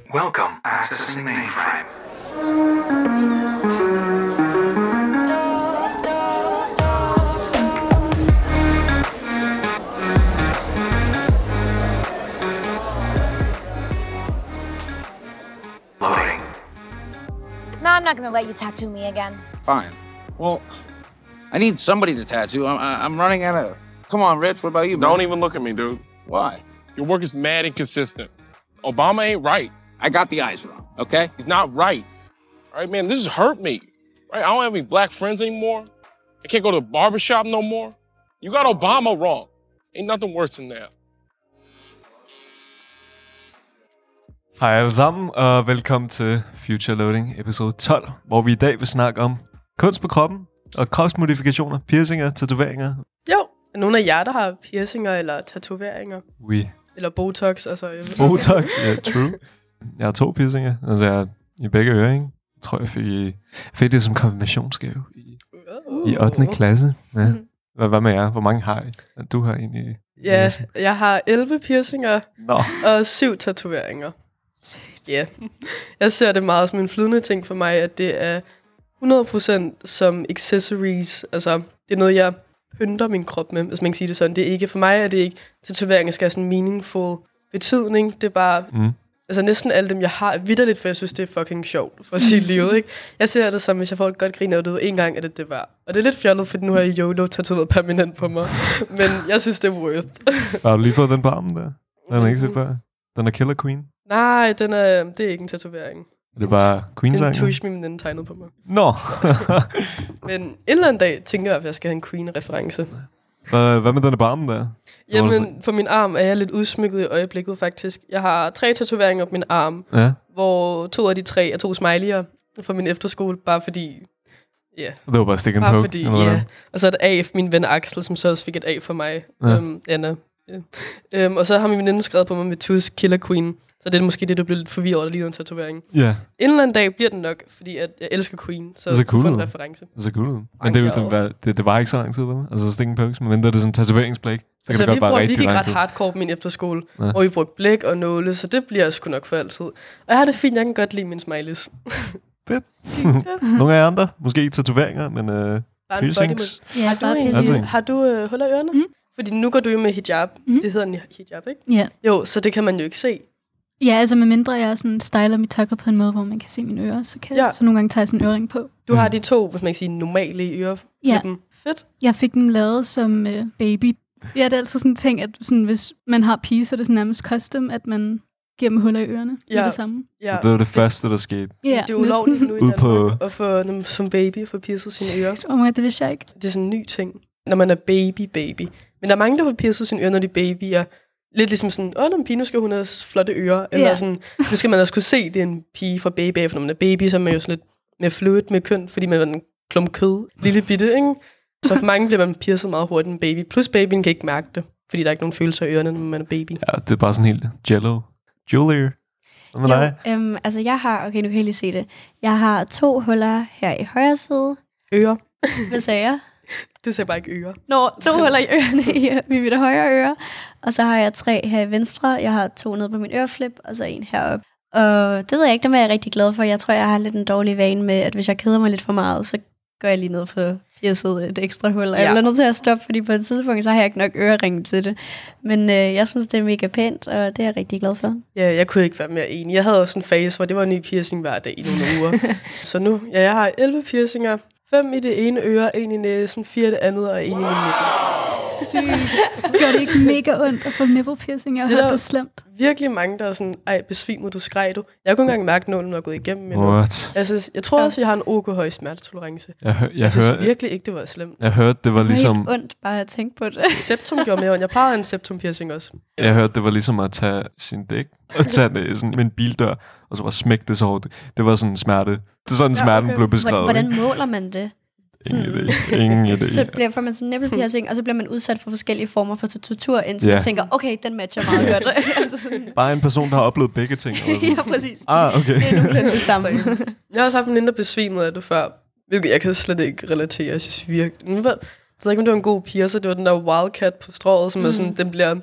Welcome, accessing mainframe. Loading. No, I'm not gonna let you tattoo me again. Fine. Well, I need somebody to tattoo. I'm running out of... Come on, Rich, what about you, man? Don't even look at me, dude. Why? Your work is mad inconsistent. Obama ain't right. I got the eyes wrong, okay? He's not right. All right, man, this has hurt me. Right? I don't have any black friends anymore. I can't go to the barbershop no more. You got Obama wrong. Ain't nothing worse than that. Hej alle sammen, og velkommen til Future Loading episode 12, hvor vi i dag vil snakke om kunst på kroppen og kropsmodifikationer, piercinger, tatoveringer. Jo, er nogen af jer, der har piercinger eller tatoveringer? Oui. Eller botox, altså. Botox, ja, true. Jeg har 2 piercinger, altså jeg i begge ører, ikke? Jeg tror, jeg fik det som konfirmationsgave i 8. klasse. Ja. Hvad med jer? Hvor mange har I? Du har egentlig... Ja, jeg har 11 piercinger og 7 tatoveringer. Ja, yeah. Jeg ser det meget som en flydende ting for mig, at det er 100% som accessories. Altså, det er noget, jeg pynter min krop med, hvis man kan sige det sådan. Det er ikke, for mig er det ikke, tatoveringer skal have sådan en meaningful betydning. Det er bare, altså næsten alle dem, jeg har, vitterligt, for jeg synes, det er fucking sjovt for at sige livet, ikke? Jeg ser det som, hvis jeg får et godt grin af det en gang, er det værd. Og det er lidt fjollet, for nu har jeg YOLO tatoveret permanent på mig. Men jeg synes, det er worth. Har du lige fået den på armen der? Den er ikke set før. Den er Killer Queen. Nej, det er ikke en tatovering. Det er bare Queen-sangen? Det er en tusch, min veninde tegnede på mig. Nå! Men en eller anden dag tænker jeg, at jeg skal have en Queen-reference. Hvad med den på armen der? Jamen, på min arm er jeg lidt udsmykket i øjeblikket, faktisk. Jeg har 3 tatoveringer på min arm, hvor 2 af de 3 er 2 smiley'er fra min efterskole, bare fordi... Ja. Yeah. Det var bare stick and poke? Bare fordi, ja. Yeah. Og så er det A for min ven Axel, som så også fik et A for mig. Anna. Yeah. Og så har min veninde skrevet på mig med tusch Killer Queen. Så det er måske det, du bliver lidt forvirret over, der lige en tatovering. Ja. Yeah. En eller anden dag bliver den nok, fordi at jeg elsker Queen, så det cool. Får en reference. Det er så cool. Men det var ikke så lang tid, vel? Altså stick and pokes, men venter det sådan en tatoveringsplæk, så altså, kan det godt bare rigtig lang tid. Vi gik ret hardcore på min efterskole, hvor vi brugte blæk og nåle, så det bliver sgu nok for altid. Og jeg har det fint, jeg kan godt lide min smileys. Fedt. Nogle af jer andre, måske ikke tatoveringer, men piercings. Har du huller i ørerne? Fordi nu går du jo med hijab. Det hedder en hijab, ikke? Ja. Jo, så det kan man jo ikke se. Ja, altså med mindre jeg sådan styler mit tørklæde på en måde, hvor man kan se mine ører, så kan jeg så nogle gange tage sådan en ørering på. Du har de 2, hvis man kan sige, normale ører. Ja. Fedt. Jeg fik dem lavet som baby. Ja, det er altid sådan en ting, at sådan, hvis man har piger, så er det sådan nærmest custom, at man giver dem huller i ørerne. Det er det samme. Ja. Det var det første, der skete. Ja, det er ulovligt nu i Danmark at få dem som baby få piercet sine ører. Oh my God, det vidste jeg ikke. Det er sådan en ny ting, når man er baby. Men der er mange, der får piercet sine ører, når de er babyer. Lidt ligesom sådan, når en pige, nu skal hun have flotte ører. Eller sådan, nu skal man også kunne se, det er en pige fra baby. For når man er baby, så er man jo sådan lidt mere fluid med køn, fordi man er en klump kød. Lille bitte, ikke? Så for mange bliver man piercet meget hurtigt en baby. Plus babyen kan ikke mærke det, fordi der er ikke nogen følelser i ørerne, når man er baby. Ja, det er bare sådan helt jello. Julia, hvad med dig? Altså jeg har, okay, nu kan jeg lige se det. Jeg har 2 huller her i højre side. Ører. Hvad sagde jeg? Du sagde bare ikke ører. 2 huller i ørerne i mit højre øre. Og så har jeg 3 her i venstre. Jeg har 2 nede på min øreflip, og så 1 heroppe. Og det ved jeg ikke, dem er jeg rigtig glad for. Jeg tror, jeg har lidt en dårlig vane med, at hvis jeg keder mig lidt for meget, så går jeg lige ned for piercet et ekstra hul. Og jeg er nødt til at stoppe, fordi på et tidspunkt, så har jeg ikke nok øreringe til det. Men jeg synes, det er mega pænt, og det er jeg rigtig glad for. Ja, jeg kunne ikke være mere enig. Jeg havde også en fase, hvor det var en ny piercing hver dag i nogle uger. Så nu, jeg har 11 piercinger. 5 i det ene øre, 1 i næsen, 4 i det andet, og 1 i min nipple. Sygt. Gør det ikke mega ondt at få nipple piercing? Jeg har hørt, det er slemt. Virkelig mange, der er sådan, ej, besvimede du, skreg du. Jeg kunne ikke engang mærke nålen, når jeg er gået igennem. Altså, jeg tror også, jeg har en OK høj smertetolerance. Jeg synes virkelig ikke, det var slemt. Jeg hørte, det var ligesom... Det var helt ondt bare at tænke på det. Septum gjorde mere ondt. Jeg plejede en septum piercing også. Jeg hørte, det var ligesom at tage sin dæk og tage det sådan med en bildør, og så bare smække det så hårdt. Det var sådan en smerte. Det er sådan, smerten blev beskrevet. Hvordan måler man det? Ingen idé. Så får man sådan en nipple piercing, og så bliver man udsat for forskellige former for tortur, indtil man tænker, okay, den matcher meget godt. Altså sådan. Bare en person, der har oplevet begge ting. Ja, præcis. Okay. Det er nogenlunde det samme. Jeg har også haft en mindre besvimet af det før, hvilket jeg kan slet ikke relatere. Jeg synes virkelig... Jeg ved ikke, om det var en god piercer. Det var den der Wildcat på strået, som er sådan, den bliver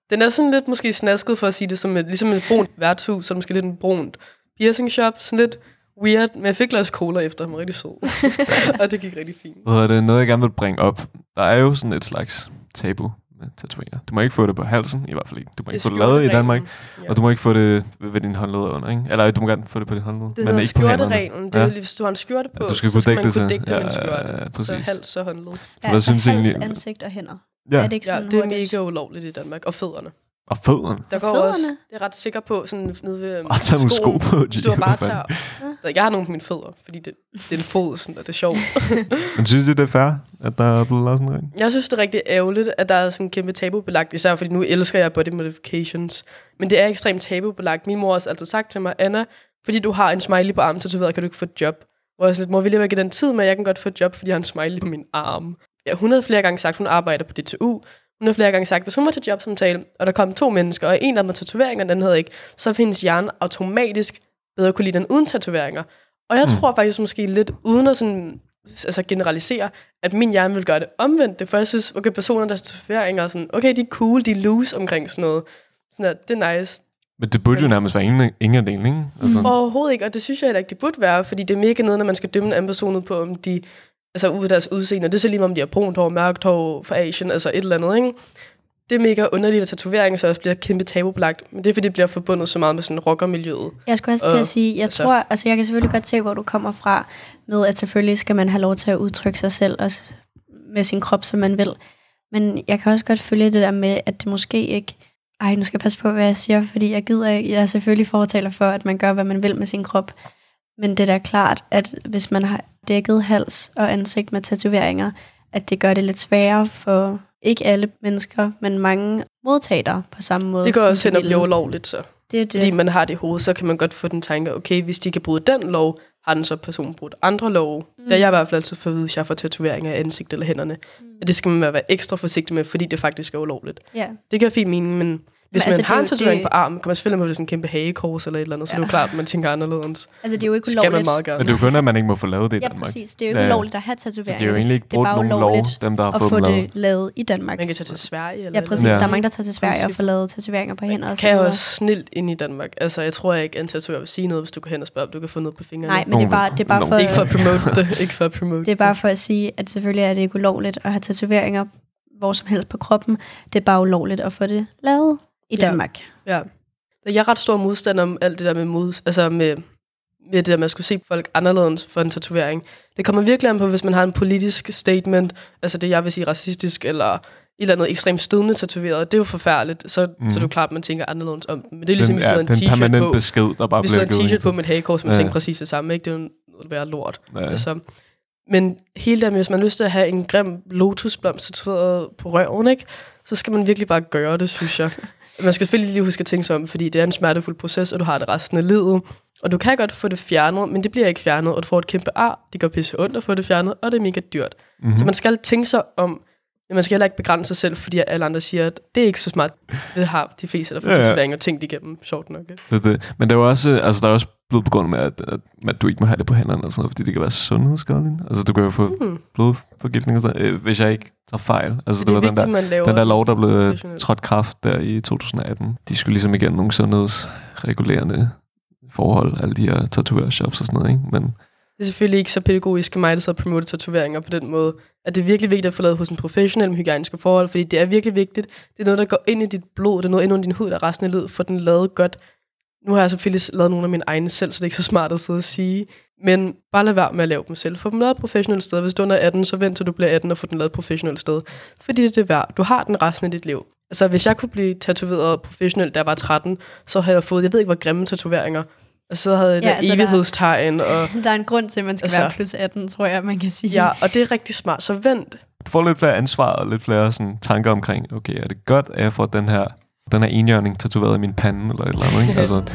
Den er sådan lidt måske snasket for at sige det, som ligesom et brunt værtshus, så måske lidt en brunt piercing shop, sådan lidt weird, men jeg fik glas cola efter, han var rigtig sød. Og det gik rigtig fint. Det er noget, jeg gerne vil bringe op. Der er jo sådan et slags tabu med tatoveringer. Du må ikke få det på halsen, i hvert fald ikke. Du må ikke få det lavet i Danmark, og du må ikke få det ved din håndled under, ikke? Eller du må gerne få det på din håndled, det men ikke på hænderne. Det hedder skjortereglen. Det er lige, hvis du har en skjorte på, du skal så skal man kunne kunne dække det med en skjorte. Så hals og håndled. Ja, hvad synes hals, ansigt og hænder. Ja, er det, ikke sådan det er mega ulovligt i Danmark. Og fødderne. Og fødderne? Der går også, det er ret sikker på, sådan nede ved tage nogle sko på, hvis du bare tager. Jeg har nogle på mine fødder, fordi det er en fod, sådan, og det er sjovt. Men synes I, det er fair, at der er blevet lavet sådan en? Jeg synes, det er rigtig ærgerligt, at der er sådan en kæmpe tabubelagt, især fordi nu elsker jeg body modifications. Men det er ekstremt tabubelagt. Min mor har altid sagt til mig, Anna, fordi du har en smiley på armen tatoveret, kan du ikke få et job. Hvor jeg sådan lidt, mor, vil jeg ikke den tid med, at jeg kan godt få et job, fordi jeg har en smiley på min arm. Ja, hun havde flere gange sagt, hun arbejder på DTU. Hun har flere gange sagt, hvis hun var til jobsamtale, og der kom 2 mennesker, og en af dem havde tatoveringer, og den havde ikke, så findes hjernen automatisk bedre kunne lide den uden tatoveringer. Og jeg tror faktisk måske lidt, uden at sådan, altså generalisere, at min hjerne vil gøre det omvendt. For jeg synes, okay, personer, der har tatoveringer, sådan, okay, de er cool, de er loose omkring sådan noget. Sådan at, det er nice. Men det burde jo nærmest være ingen af delene, ikke? Altså. Overhovedet ikke, og det synes jeg heller ikke, det burde være, fordi det er mega nede, når man skal dømme en anden person på, om de altså ud af deres udseende. Det er så lige om de har brunt hår, mørkt hår, for Asian, altså et eller andet, ikke? Det er mega underligt, at tatoveringer så også bliver kæmpe tabubelagt. Men det er, fordi det bliver forbundet så meget med sådan rockermiljøet. Jeg skulle også til at sige, jeg tror, altså jeg kan selvfølgelig godt se, hvor du kommer fra, med at selvfølgelig skal man have lov til at udtrykke sig selv, også med sin krop, som man vil. Men jeg kan også godt følge det der med, at det måske ikke... nu skal jeg passe på, hvad jeg siger, fordi jeg er selvfølgelig fortaler for, at man gør, hvad man vil med sin krop. Men det er da klart, at hvis man har dækket hals og ansigt med tatoveringer, at det gør det lidt sværere for ikke alle mennesker, men mange modtagere på samme måde. Det går også hen og blive ulovligt så. Det. Fordi man har det i hovedet, så kan man godt få den tanke, okay, hvis de kan bryde den lov, har den så person brudt andre love. Det er jeg i hvert fald altid for at vide, hvis jeg får tatoveringer af ansigt eller hænderne. At det skal man være ekstra forsigtig med, fordi det faktisk er ulovligt. Ja. Det gør fint mening, men hvis man har en tatovering på armen, kan man selvfølgelig med det sådan en kæmpe hagekors eller et eller andet, så det er jo klart, at man tænker anderledes. Altså det er jo ikke ulovligt. Skal man meget gerne. Men det er jo kun, at man ikke må få lavet det i Danmark. Ja, præcis. Det er jo ikke ulovligt at have tatoveringer. Det er jo egentlig ikke brugt nogen lov, dem der har fået dem lavet. At få det lavet i Danmark. Man kan tage til Sverige. Eller præcis. Der er mange, der tager til Sverige og får lavet tatoveringer på hænder. Man kan også snilt ind i Danmark. Altså jeg tror ikke, en tatovør vil sige noget, hvis du går hen og spørger, om du kan få noget på fingrene. Nej, men det er bare for... Ikke for at promote det. Ikke for at promote det er bare for at sige, at selvfølgelig er det ikke ulovligt at have tatoveringer hvor som helst på kroppen. Det er bare ulovligt at få det lavet i Danmark. Ja. Jeg er ret stor modstander om alt det der med med det der med at skulle se folk anderledes for en tatovering. Det kommer virkelig an på, hvis man har en politisk statement, altså det jeg vil sige racistisk, eller et eller andet ekstremt stødende tatoveret. Det er jo forfærdeligt, så er det jo klart, at man tænker anderledes om den. Men det er ligesom, hvis der er en t-shirt på. Besked, der bare hvis der er en t-shirt på med et hagekors, man tænker præcis det samme, ikke? Det er jo noget værre lort. Ja. Altså, men hele der med, hvis man har lyst til at have en grim lotusblomst tatoveret på røven, ikke? Så skal man virkelig bare gøre det, synes jeg. Man skal selvfølgelig lige huske at tænke sig om, fordi det er en smertefuld proces, og du har det resten af livet. Og du kan godt få det fjernet, men det bliver ikke fjernet, og du får et kæmpe ar. Det går pisse ondt at få det fjernet, og det er mega dyrt. Mm-hmm. Så man skal tænke sig om, men man skal heller ikke begrænse sig selv, fordi alle andre siger, at det er ikke så smart. Det har de fleste, der får tatoveringer tænkt igennem, sjovt nok. Det. Men der er jo også, altså der er også blevet begrundet med, at du ikke må have det på hænderne, og sådan noget, fordi det kan være sundhedsskadeligt. Altså du kan jo få blodforgiftning og sådan noget, hvis jeg ikke tager fejl. Altså det var vigtigt, den der lov, der blev trådt kraft der i 2018. De skulle ligesom igennem nogle sundhedsregulerende forhold, alle de her tatovørshops og sådan noget, ikke? Men det er selvfølgelig ikke så pædagogisk af mig, der så promoter tatoveringer på den måde. At det er virkelig vigtigt at få lavet hos en professionel med hygiejniske forhold, fordi det er virkelig vigtigt. Det er noget, der går ind i dit blod, det er noget ind under din hud, der resten af livet, for den lavet godt. Nu har jeg selvfølgelig lavet nogle af mine egne selv, så det er ikke så smart at sidde og sige. Men bare lad være med at lave dem selv. Få dem lavet et professionelt sted. Hvis du er under 18, så vent til du bliver 18 og få den lavet et professionelt sted. Fordi det er det værd. Du har den resten af dit liv. Altså hvis jeg kunne blive tatoveret professionelt, da jeg var 13, så havde jeg fået, jeg ved ikke hvor grimme tatoveringer. Og så havde jeg evighedstegn. Og der er en grund til, at man skal være plus 18, tror jeg, man kan sige. Ja, og det er rigtig smart. Så vent. Du får lidt flere ansvar og lidt flere sådan, tanker omkring, okay, er det godt, at jeg får den her enhjørning tatoveret i min pande, eller et eller andet, ikke? Altså.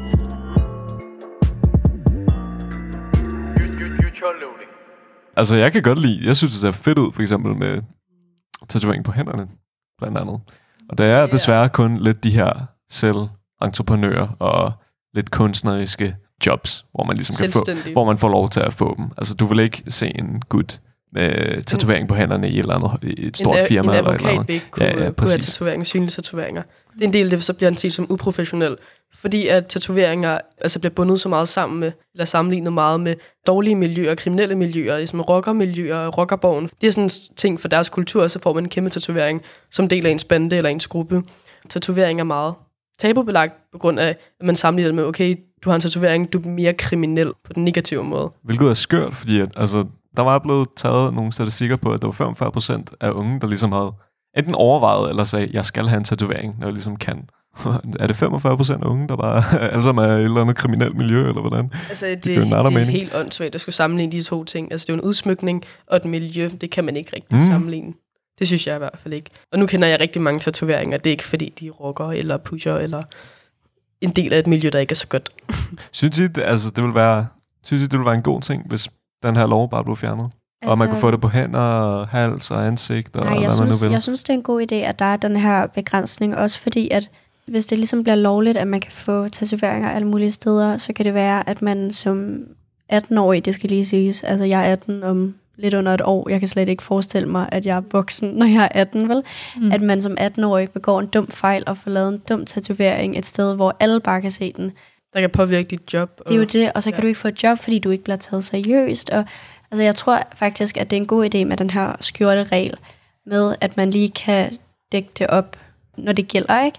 Altså, jeg kan godt lide, jeg synes, det ser fedt ud, for eksempel med tatovering på hænderne, blandt andet. Og der er desværre kun lidt de her selv-entreprenører og lidt kunstneriske jobs, hvor man ligesom kan få, hvor man får lov til at få dem. Altså, du vil ikke se en gut med tatovering på hænderne i et eller andet et stort firma. En eller advokat et eller andet. vil ikke kunne have tatoveringer, synlige tatoveringer. Det er en del af det, så bliver han set som uprofessionel. Fordi at tatoveringer altså bliver bundet så meget sammen med, eller sammenlignet meget med dårlige miljøer, kriminelle miljøer, ligesom rockermiljøer, rockerborgen. Det er sådan en ting for deres kultur, og så får man en kæmpe tatovering som del af ens bande eller ens gruppe. Tatovering er meget tabubelagt på grund af, at man sammenligner det med, okay, du har en tatovering, du er mere kriminel på den negative måde. Hvilket er skørt, fordi at, altså, der var blevet taget nogle statistikker på, at der var 45% af unge, der ligesom havde enten overvejet eller sagde, jeg skal have en tatovering, når jeg ligesom kan. Er det 45% af unge, der bare alle sammen er i et eller andet kriminelt miljø, eller hvordan? Altså, det er helt åndssvagt at skulle sammenligne de to ting. Altså, det er jo en udsmykning og et miljø. Det kan man ikke rigtig sammenligne. Det synes jeg i hvert fald ikke. Og nu kender jeg rigtig mange tatoveringer. Det er ikke fordi, de er rocker eller pusher eller en del af et miljø, der ikke er så godt. Synes I, det ville være en god ting, hvis den her lov bare blev fjernet? Altså, og man kunne få det på hænder, hals og ansigt, og hvad man nu vil. Jeg synes, det er en god idé, at der er den her begrænsning. Også fordi, at hvis det ligesom bliver lovligt, at man kan få tatoveringer alle mulige steder, så kan det være, at man som 18-årig, det skal lige siges, altså jeg er 18 om lidt under et år, jeg kan slet ikke forestille mig, at jeg er voksen, når jeg er 18, vel? At man som 18-årig begår en dum fejl og får lavet en dum tatovering et sted, hvor alle bare kan se den. Der kan påvirke dit job. Det er jo det, og så kan du ikke få et job, fordi du ikke bliver taget seriøst. Og altså, jeg tror faktisk, at det er en god idé med den her skjorteregel, med at man lige kan dække det op, når det gælder, ikke?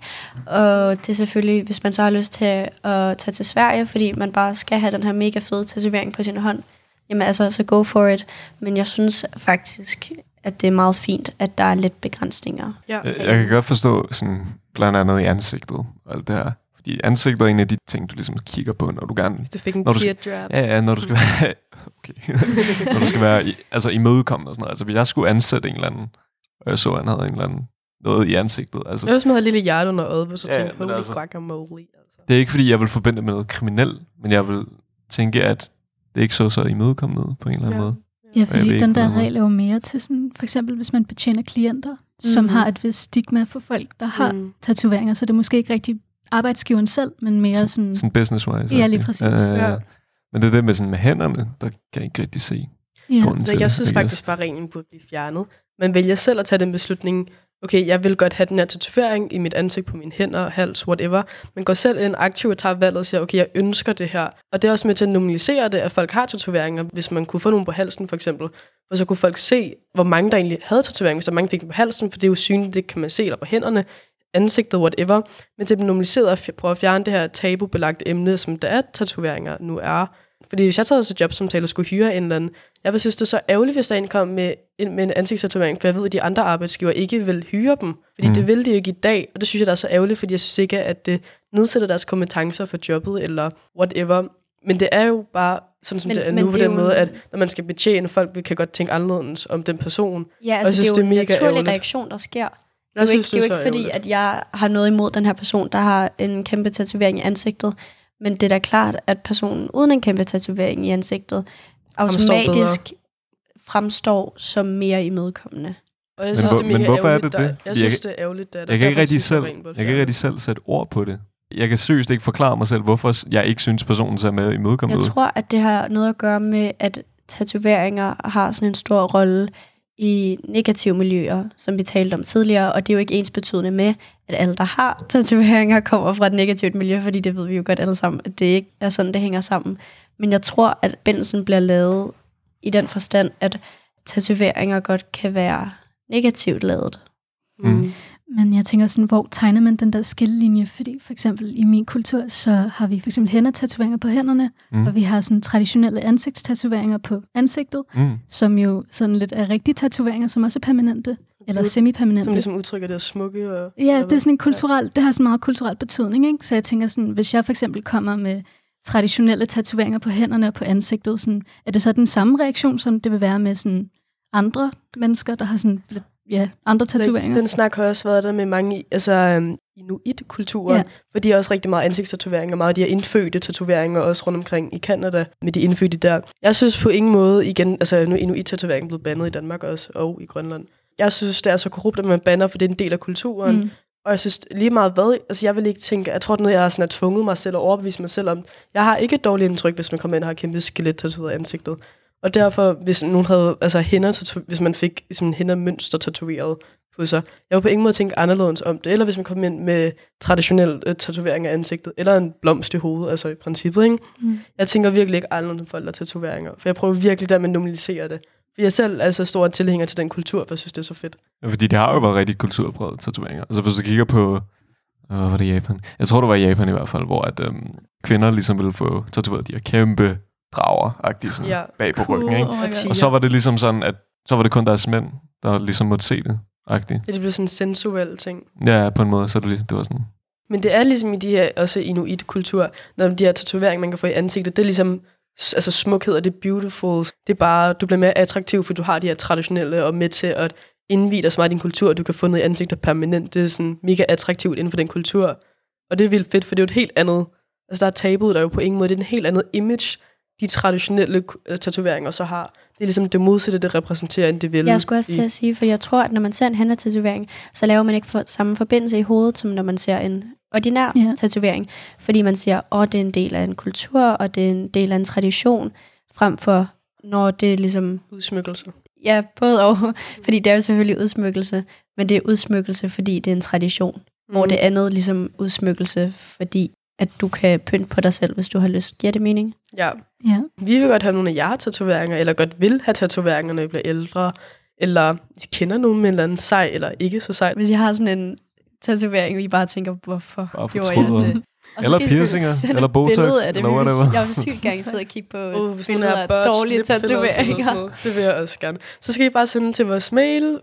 Og det er selvfølgelig, hvis man så har lyst til at tage til Sverige, fordi man bare skal have den her mega fede tatovering på sin hånd, jamen altså, så go for it. Men jeg synes faktisk, at det er meget fint, at der er lidt begrænsninger. Ja. Jeg kan godt forstå sådan, blandt andet i ansigtet og alt det her. Fordi ansigtet er en af de ting, du ligesom kigger på, når du gerne... Hvis du fik en teardrop. Ja, når du skal være... Okay. Når du skal være imødekommende og sådan noget. Altså, hvis jeg skulle ansætte en eller anden, og jeg så, han havde en eller anden noget i ansigtet. Altså, jeg også med et lille hjerte under øjet, hvis jeg tænkte, holy guacamole. Altså. Det er ikke, fordi jeg vil forbinde med noget kriminelt, men jeg vil tænke, at det ikke så imødekommende ud på en eller anden måde. Ja, fordi den der regel er jo mere til sådan, for eksempel hvis man betjener klienter, som har et vist stigma for folk, der har tatoveringer, så det er måske ikke rigtig arbejdsgiveren selv, men mere sådan business-wise. Ja, lige præcis. Ja. Men det er det med, sådan, med hænderne, der kan jeg ikke rigtig se. Ja. Jeg synes faktisk bare, at reglen burde blive fjernet. Man vælger selv at tage den beslutning, okay, jeg vil godt have den her tatovering i mit ansigt, på mine hænder, hals, whatever. Man går selv ind aktivt og tager valget og siger, okay, jeg ønsker det her. Og det er også med til at normalisere det, at folk har tatoveringer. Hvis man kunne få nogen på halsen, for eksempel, og så kunne folk se, hvor mange der egentlig havde tatoveringer, hvis der mange fik dem på halsen, for det er jo synligt, det kan man se, eller på hænderne, ansigtet, whatever. Men til at blive normaliseret og prøve at fjerne det her tabubelagte emne, som der er tatoveringer nu er. Fordi hvis jeg tager til jobsamtale og skulle hyre en eller anden, jeg vil synes, det er så ærgerligt, hvis der en kom med en ansigtstatovering, for jeg ved, at de andre arbejdsgiver ikke vil hyre dem. Fordi det vil de ikke i dag, og det synes jeg, der er så ærgerligt, fordi jeg synes ikke, at det nedsætter deres kompetencer for jobbet, eller whatever. Men det er jo bare sådan, som det er nu, på den måde, at når man skal betjene folk, vi kan godt tænke anderledes om den person. Ja, altså synes, det er jo en naturlig reaktion, der sker. Det er jo ikke fordi, at jeg har noget imod den her person, der har en kæmpe tatovering i ansigtet. Men det er da klart, at personen uden en kæmpe tatovering i ansigtet automatisk fremstår som mere imødekommende. Og jeg synes, men hvorfor er det det? Jeg synes, det er ærgerligt. Jeg kan ikke rigtig selv sætte ord på det. Jeg kan seriøst ikke forklare mig selv, hvorfor jeg ikke synes, personen ser med imødekommende ud. Jeg tror, at det har noget at gøre med, at tatoveringer har sådan en stor rolle i negative miljøer, som vi talte om tidligere, og det er jo ikke ensbetydende med, at alle, der har tatoveringer, kommer fra et negativt miljø, fordi det ved vi jo godt alle sammen, at det ikke er sådan, det hænger sammen. Men jeg tror, at bindelsen bliver lavet i den forstand, at tatoveringer godt kan være negativt lavet. Men jeg tænker sådan, hvor tegner man den der skillelinje? Fordi for eksempel i min kultur, så har vi for eksempel hændetatoveringer på hænderne, og vi har sådan traditionelle ansigtstatoveringer på ansigtet, som jo sådan lidt er rigtige tatoveringer, som også er permanente, eller semi-permanente. Som ligesom udtrykker det smukke. Og, ja, det er sådan en kulturel, det har så meget kulturel betydning, ikke? Så jeg tænker sådan, hvis jeg for eksempel kommer med traditionelle tatoveringer på hænderne og på ansigtet, sådan, er det så den samme reaktion, som det vil være med sådan andre mennesker, der har sådan lidt andre tatoveringer? Den snak har også været der med mange, inuit-kulturen, for de har også rigtig meget ansigtstatoveringer, meget af de her indfødte tatoveringer, også rundt omkring i Canada, med de indfødte der. Jeg synes på ingen måde, igen, altså nu er inuit-tatoveringen blevet bandet i Danmark også, og i Grønland. Jeg synes, det er så korrupt, at man banner, for det er en del af kulturen. Og jeg synes lige meget hvad, altså jeg vil ikke tænke, jeg tror, at noget, jeg har sådan tvunget mig selv og overbevist mig selv om. Jeg har ikke et dårligt indtryk, hvis man kommer ind og har kæmpe skelet tatoveret i ansigtet. Og derfor, hvis nogen havde hvis man fik sådan hænder-mønster tatoveret på sig, jeg var på ingen måde tænkt anderledes om det. Eller hvis man kom ind med traditionel tatovering af ansigtet, eller en blomst i hovedet, altså i princippet, ikke? Jeg tænker virkelig ikke anderledes om folk, der tatoveringer. For jeg prøver virkelig der med at normalisere det. For jeg selv er så stor tilhænger til den kultur, for jeg synes, det er så fedt. Ja, fordi det har jo været rigtig kulturpræget tatoveringer. Altså hvis du kigger på, var det Japan? Jeg tror, det var i Japan i hvert fald, hvor at kvinder ligesom ville få tatoveret de her kæmpe drager-agtige sådan bag på ryggen, ikke? Og så var det ligesom sådan, at så var det kun deres mænd, der ligesom måtte se det. Agtigt. Det blev sådan en sensuel ting. Ja, på en måde, så det var sådan. Men det er ligesom i de her, også inuit-kultur, når de her tatoveringer, man kan få i ansigtet, det er ligesom, altså smukhed, og det er beautiful. Det er bare, du bliver mere attraktiv, for du har de her traditionelle, og med til at indvide dig så meget i din kultur, og du kan få noget i ansigtet permanent. Det er sådan mega attraktivt inden for den kultur. Og det er vildt fedt, for det er jo et helt andet, altså der er tabuet, der er jo på ingen måde, det er en helt andet image, de traditionelle tatoveringer så har. Det er ligesom det modsatte, det repræsenterer, end det vil. Jeg skulle også til at sige, for jeg tror, at når man ser en hænder-tatovering, så laver man ikke samme forbindelse i hovedet, som når man ser en ordinær tatovering. Fordi man siger, det er en del af en kultur, og det er en del af en tradition, frem for når det er ligesom... Udsmykkelse. Ja, både og. Fordi det er jo selvfølgelig udsmykkelse, men det er udsmykkelse, fordi det er en tradition. Hvor det andet ligesom udsmykkelse, fordi at du kan pynte på dig selv, hvis du har lyst. Giver det mening? Ja. Vi vil godt have nogle af jer tatoveringer, eller godt vil have tatoveringer, når I bliver ældre, eller I kender nogen med en eller anden sej, eller ikke så sej. Hvis I har sådan en tatovering, og I bare tænker, hvorfor gjorde jeg det? Eller piercinger, eller botox, eller whatever. Jeg vil sygt gerne sidde og kigge på billeder af dårlige tatoveringer. Det vil jeg også gerne. Så skal I bare sende til vores mail,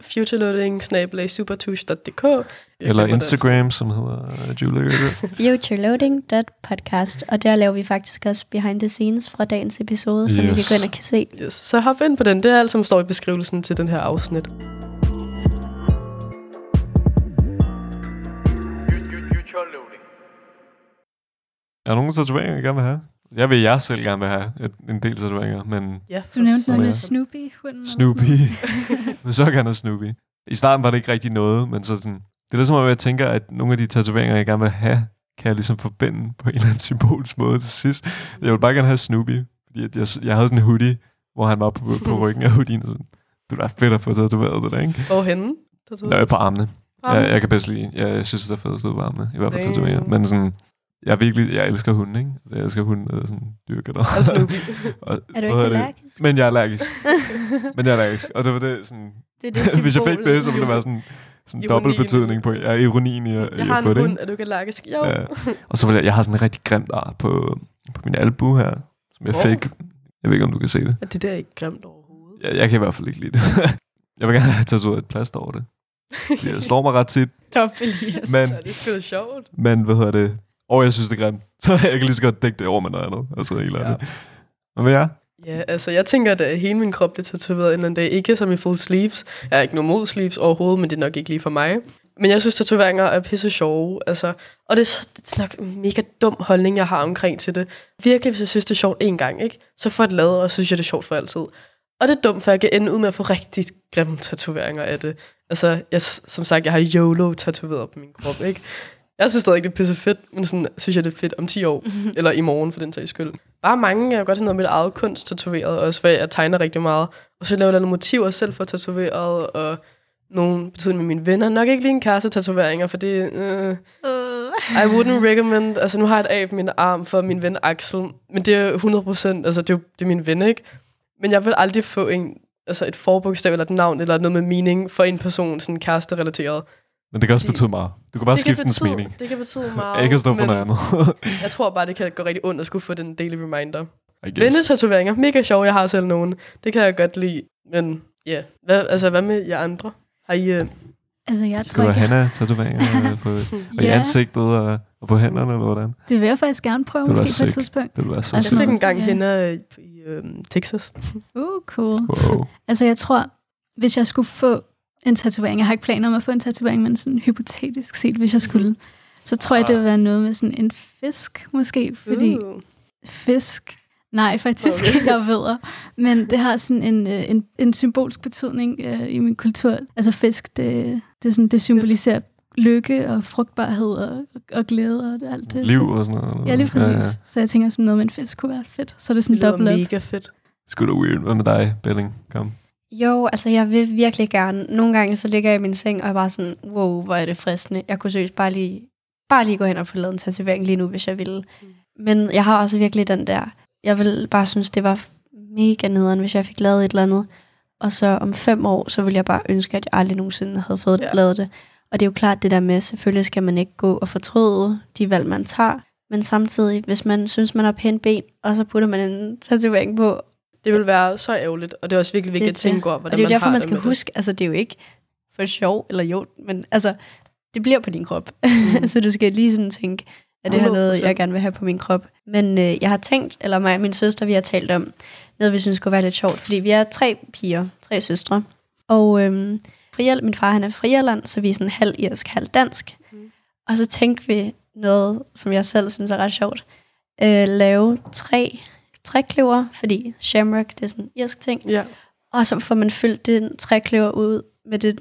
futureloading@supertush.dk eller Instagram, som hedder Julia. futureloading.podcast, og der laver vi faktisk også behind the scenes fra dagens episode, som I kan gå ind og kan se. Yes. Så hop ind på den. Det er alt, som står i beskrivelsen til den her afsnit. Er der nogle tatoveringer, jeg gerne vil have? Jeg vil selv gerne vil have en del tatoveringer, men... Ja, du nævnte noget med Snoopy-hunden. Snoopy. Jeg vil så gerne have Snoopy. I starten var det ikke rigtig noget, men så sådan... Det er ligesom, at jeg tænker, at nogle af de tatoveringer, jeg gerne vil have, kan jeg ligesom forbinde på en eller anden symbolsk måde til sidst. Jeg vil bare gerne have Snoopy, fordi jeg havde sådan en hoodie, hvor han var på ryggen af hoodien. Så det er fedt at få tatoveret det der, ikke? Hvorhenne? Nej, på armene. Jeg kan bedst lide. Jeg synes, det er fedt at stå på armene. I hvert fald tatoveringer. Men sådan... Jeg elsker hunde, ikke? Altså, jeg elsker hunde, der sådan dyrker der. Og Snoopy. Er du ikke allergisk? Men jeg er allergisk. Og det var det sådan... Det er det symbol. Hvis jeg fik det, så ville det være sådan dobbelt betydning på ironien i at få det. Jeg har en hund, er du ikke allergisk? Jo. Ja. Og så jeg har sådan en rigtig grimt ar på min albue her, som jeg fik. Jeg ved ikke, om du kan se det. Er det der ikke grimt overhovedet? Jeg kan i hvert fald ikke lide det. Jeg vil gerne have tatoveret et plast over det. Det slår mig ret tit. Elias. Men det er sgu da sjovt. Men hvad hedder det? Og jeg synes, det er grimt. Så jeg kan lige så godt dække det over med noget andet. Altså, helt ærligt. Hvad vil jeg? Ja, altså, jeg tænker, at hele min krop bliver tatoveret en eller anden dag. Ikke som i full sleeves. Jeg er ikke nogen mod sleeves overhovedet, men det er nok ikke lige for mig. Men jeg synes, tatoveringer er pisse sjove. Altså, og det er nok en mega dum holdning, jeg har omkring til det. Virkelig, hvis jeg synes, det er sjovt en gang, ikke? Så får jeg det lavet, og så synes jeg, det er sjovt for altid. Og det er dumt, for jeg kan ende ud med at få rigtig grimme tatoveringer af det. Altså, som sagt, jeg har YOLO tatoveret på min krop, ikke? Jeg synes stadig, det er pisse fedt, men sådan synes jeg, det er fedt om 10 år, eller i morgen for den sags skyld. Bare mange, jeg har godt have noget med mit eget kunst tatoveret, også for jeg tegner rigtig meget. Og så laver jeg nogle motiver selv for tatoveret, og nogle betydning med mine venner. Nok ikke lige en kæreste-tatoveringer, for det I wouldn't recommend. Altså nu har jeg et af på min arm for min ven Axel, men det er 100%, altså det er min ven, ikke? Men jeg vil aldrig få et forbogstav eller et navn, eller noget med mening for en person, sådan kæreste-relateret. Men det kan også betyde meget. Du kan bare skifte dens mening. Det kan betyde meget. Ikke at stå for noget andet. Jeg tror bare, det kan gå rigtig ondt at skulle få den daily reminder. Vennetatoveringer, mega sjov. Jeg har selv nogen. Det kan jeg godt lide. Men ja, hvad med jer andre? Har I... Altså, jeg skal du have Hanna-tatoveringer på i ansigtet og på hænderne, eller hvordan? Det vil jeg faktisk gerne prøve, måske på et tidspunkt. Det vil være så jeg fik engang Hanna i Texas. Cool. Wow. Altså, jeg tror, hvis jeg skulle få en tatovering, jeg har ikke planer om at få en tatovering, men sådan hypotetisk set, hvis jeg skulle, så tror jeg, det vil være noget med sådan en fisk, måske, fordi fisk, nej, faktisk ikke, jeg ved, men det har sådan en symbolsk betydning i min kultur. Altså fisk, det symboliserer lykke og frugtbarhed og glæde og alt det. Liv og sådan noget. Ja, lige præcis. Ja. Så jeg tænker, sådan noget med en fisk kunne være fedt. Så er det sådan dobbelt op. Mega fedt. sgu da weird. Hvad med dig, Belling? Kom. Jo, altså jeg vil virkelig gerne. Nogle gange så ligger jeg i min seng, og jeg er bare sådan, wow, hvor er det fristende. Jeg kunne seriøst bare lige gå hen og få lavet en tatovering lige nu, hvis jeg ville. Men jeg har også virkelig den der, jeg vil bare synes, det var mega nederen, hvis jeg fik lavet et eller andet. Og så om 5 år, så ville jeg bare ønske, at jeg aldrig nogensinde havde fået lavet det. Og det er jo klart det der med, selvfølgelig skal man ikke gå og fortryde de valg, man tager. Men samtidig, hvis man synes, man har pænt ben, og så putter man en tatovering på. Det vil være så ærgerligt, og det er også virkelig vigtigt at tænke over, hvordan man har det. Og det er jo derfor, man skal huske, altså det er jo ikke for sjov eller jo, men altså, det bliver på din krop. Så du skal lige sådan tænke, at det her noget, jeg gerne vil have på min krop. Men jeg har tænkt, eller mig og min søster, vi har talt om noget, vi synes kunne være lidt sjovt, fordi vi er 3 piger, 3 søstre. Og min far, han er fra Irland, så vi er sådan halv irsk, halv dansk. Og så tænkte vi noget, som jeg selv synes er ret sjovt. Lave 3 trækløver, fordi shamrock, det er sådan en irsk ting. Ja. Og så får man fyldt den trækløver ud med det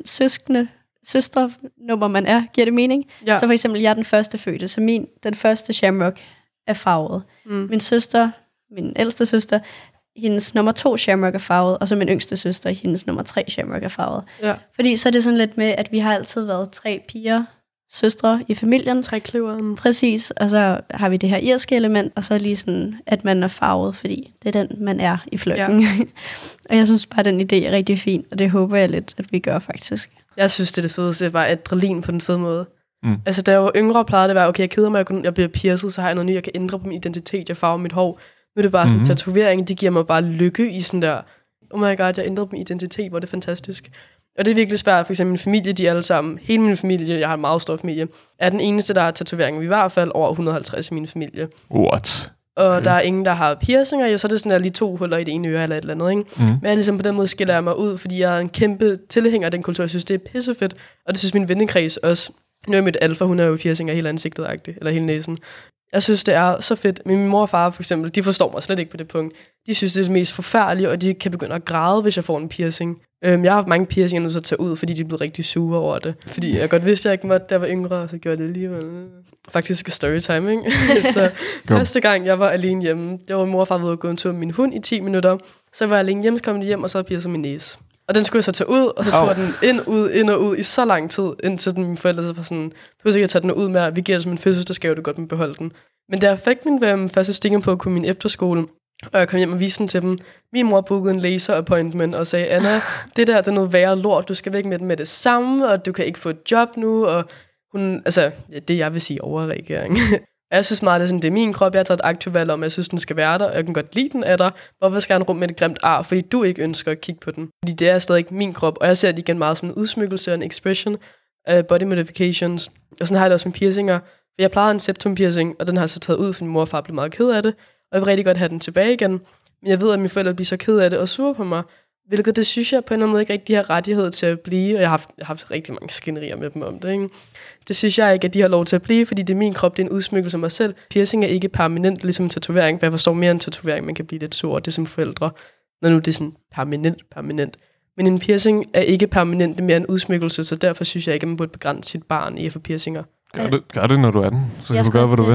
søstrenummer, man er. Giver det mening? Ja. Så for eksempel, jeg er den første fødte, så den første shamrock er farvet. Min søster, min ældste søster, hendes nummer 2 shamrock er farvet, og så min yngste søster, hendes nummer 3 shamrock er farvet. Ja. Fordi så er det sådan lidt med, at vi har altid været 3 piger, søstre i familien. Trækløveren. Præcis, og så har vi det her irske element, og så lige sådan, at man er farvet, fordi det er den, man er i flokken. Ja. Og jeg synes bare, den idé er rigtig fin, og det håber jeg lidt, at vi gør faktisk. Jeg synes, det er det fedeste, bare adrenalin på den fede måde. Altså, da jeg var yngre, plejede det at være, okay, jeg keder mig, jeg bliver piercet, så har jeg noget nyt, jeg kan ændre på min identitet, jeg farver mit hår. Nu er det bare sådan en tatovering, det giver mig bare lykke i sådan der, oh my god, jeg ændrede på min identitet, hvor det er fantastisk. Og det er virkelig svært, for eksempel min familie, de er alle sammen, hele min familie, jeg har en meget stor familie, er den eneste, der har tatoveringer. Vi er i hvert fald over 150 i min familie. What? Og der er ingen, der har piercinger, jo, så er det sådan, at lige 2 huller i det ene øre eller et eller andet, ikke? Men ligesom på den måde skiller jeg mig ud, fordi jeg er en kæmpe tilhænger af den kultur. Jeg synes, det er pissefedt, og det synes min vennekreds også. Nu er mit alfa, hun har jo piercinger hele ansigtet-agtigt, eller hele næsen. Jeg synes, det er så fedt. Min mor og far for eksempel, de forstår mig slet ikke på det punkt. De synes, det er det mest forfærdelige, og de kan begynde at græde, hvis jeg får en piercing. Jeg har haft mange piercinger, så tage ud, fordi de er blevet rigtig sure over det. Fordi jeg godt vidste, at jeg ikke måtte, da jeg var yngre, og så gjorde det alligevel. Faktisk storytime, ikke? Så første gang, jeg var alene hjemme, det var mor og far ved at gå en tur med min hund i 10 minutter. Så var jeg alene hjemme, så kom jeg hjem, og så piercede min næse. Og den skulle jeg så tage ud, og så tog jeg den ind og ud i så lang tid, indtil mine forældre så var sådan, pludselig at tage den ud med, at vi giver det som en fødselsdagsgave, det godt med beholde den. Men da jeg fik min første stinger på min efterskole, og jeg kom hjem og viste den til dem, min mor bookede en laser appointment og sagde, Anna, det der, det er noget værre lort, du skal væk med den med det samme, og du kan ikke få et job nu, og hun, altså, det jeg vil sige overreagering. Og jeg synes meget, det er min krop, jeg har taget et aktivt valg om, jeg synes, den skal være der, og jeg kan godt lide den af dig. Hvorfor skal jeg en rum med et grimt ar? Fordi du ikke ønsker at kigge på den. Fordi det er stadig ikke min krop, og jeg ser det igen meget som en udsmykkelse og en expression, body modifications. Og sådan har jeg det også med piercinger. For jeg plejede en septum piercing, og den har jeg så taget ud, for min mor og far blev meget ked af det. Og jeg vil rigtig godt have den tilbage igen. Men jeg ved, at mine forældre bliver så ked af det og sure på mig. Hvilket det synes jeg på en eller anden måde ikke rigtig har rettighed til at blive. Og jeg har haft rigtig mange skænderier med dem om det, ikke? Det synes jeg ikke, at de har lov til at blive, fordi det er min krop, det er en udsmykkelse af mig selv. Piercing er ikke permanent, ligesom en tatovering, for jeg forstår mere en tatovering, man kan blive lidt sur, det er som forældre, når nu det er sådan permanent. Men en piercing er ikke permanent, det er mere en udsmykkelse, så derfor synes jeg ikke, at man burde begrænse sit barn i at få piercinger. Gør det, når du er den, så kan du gøre, hvad du vil.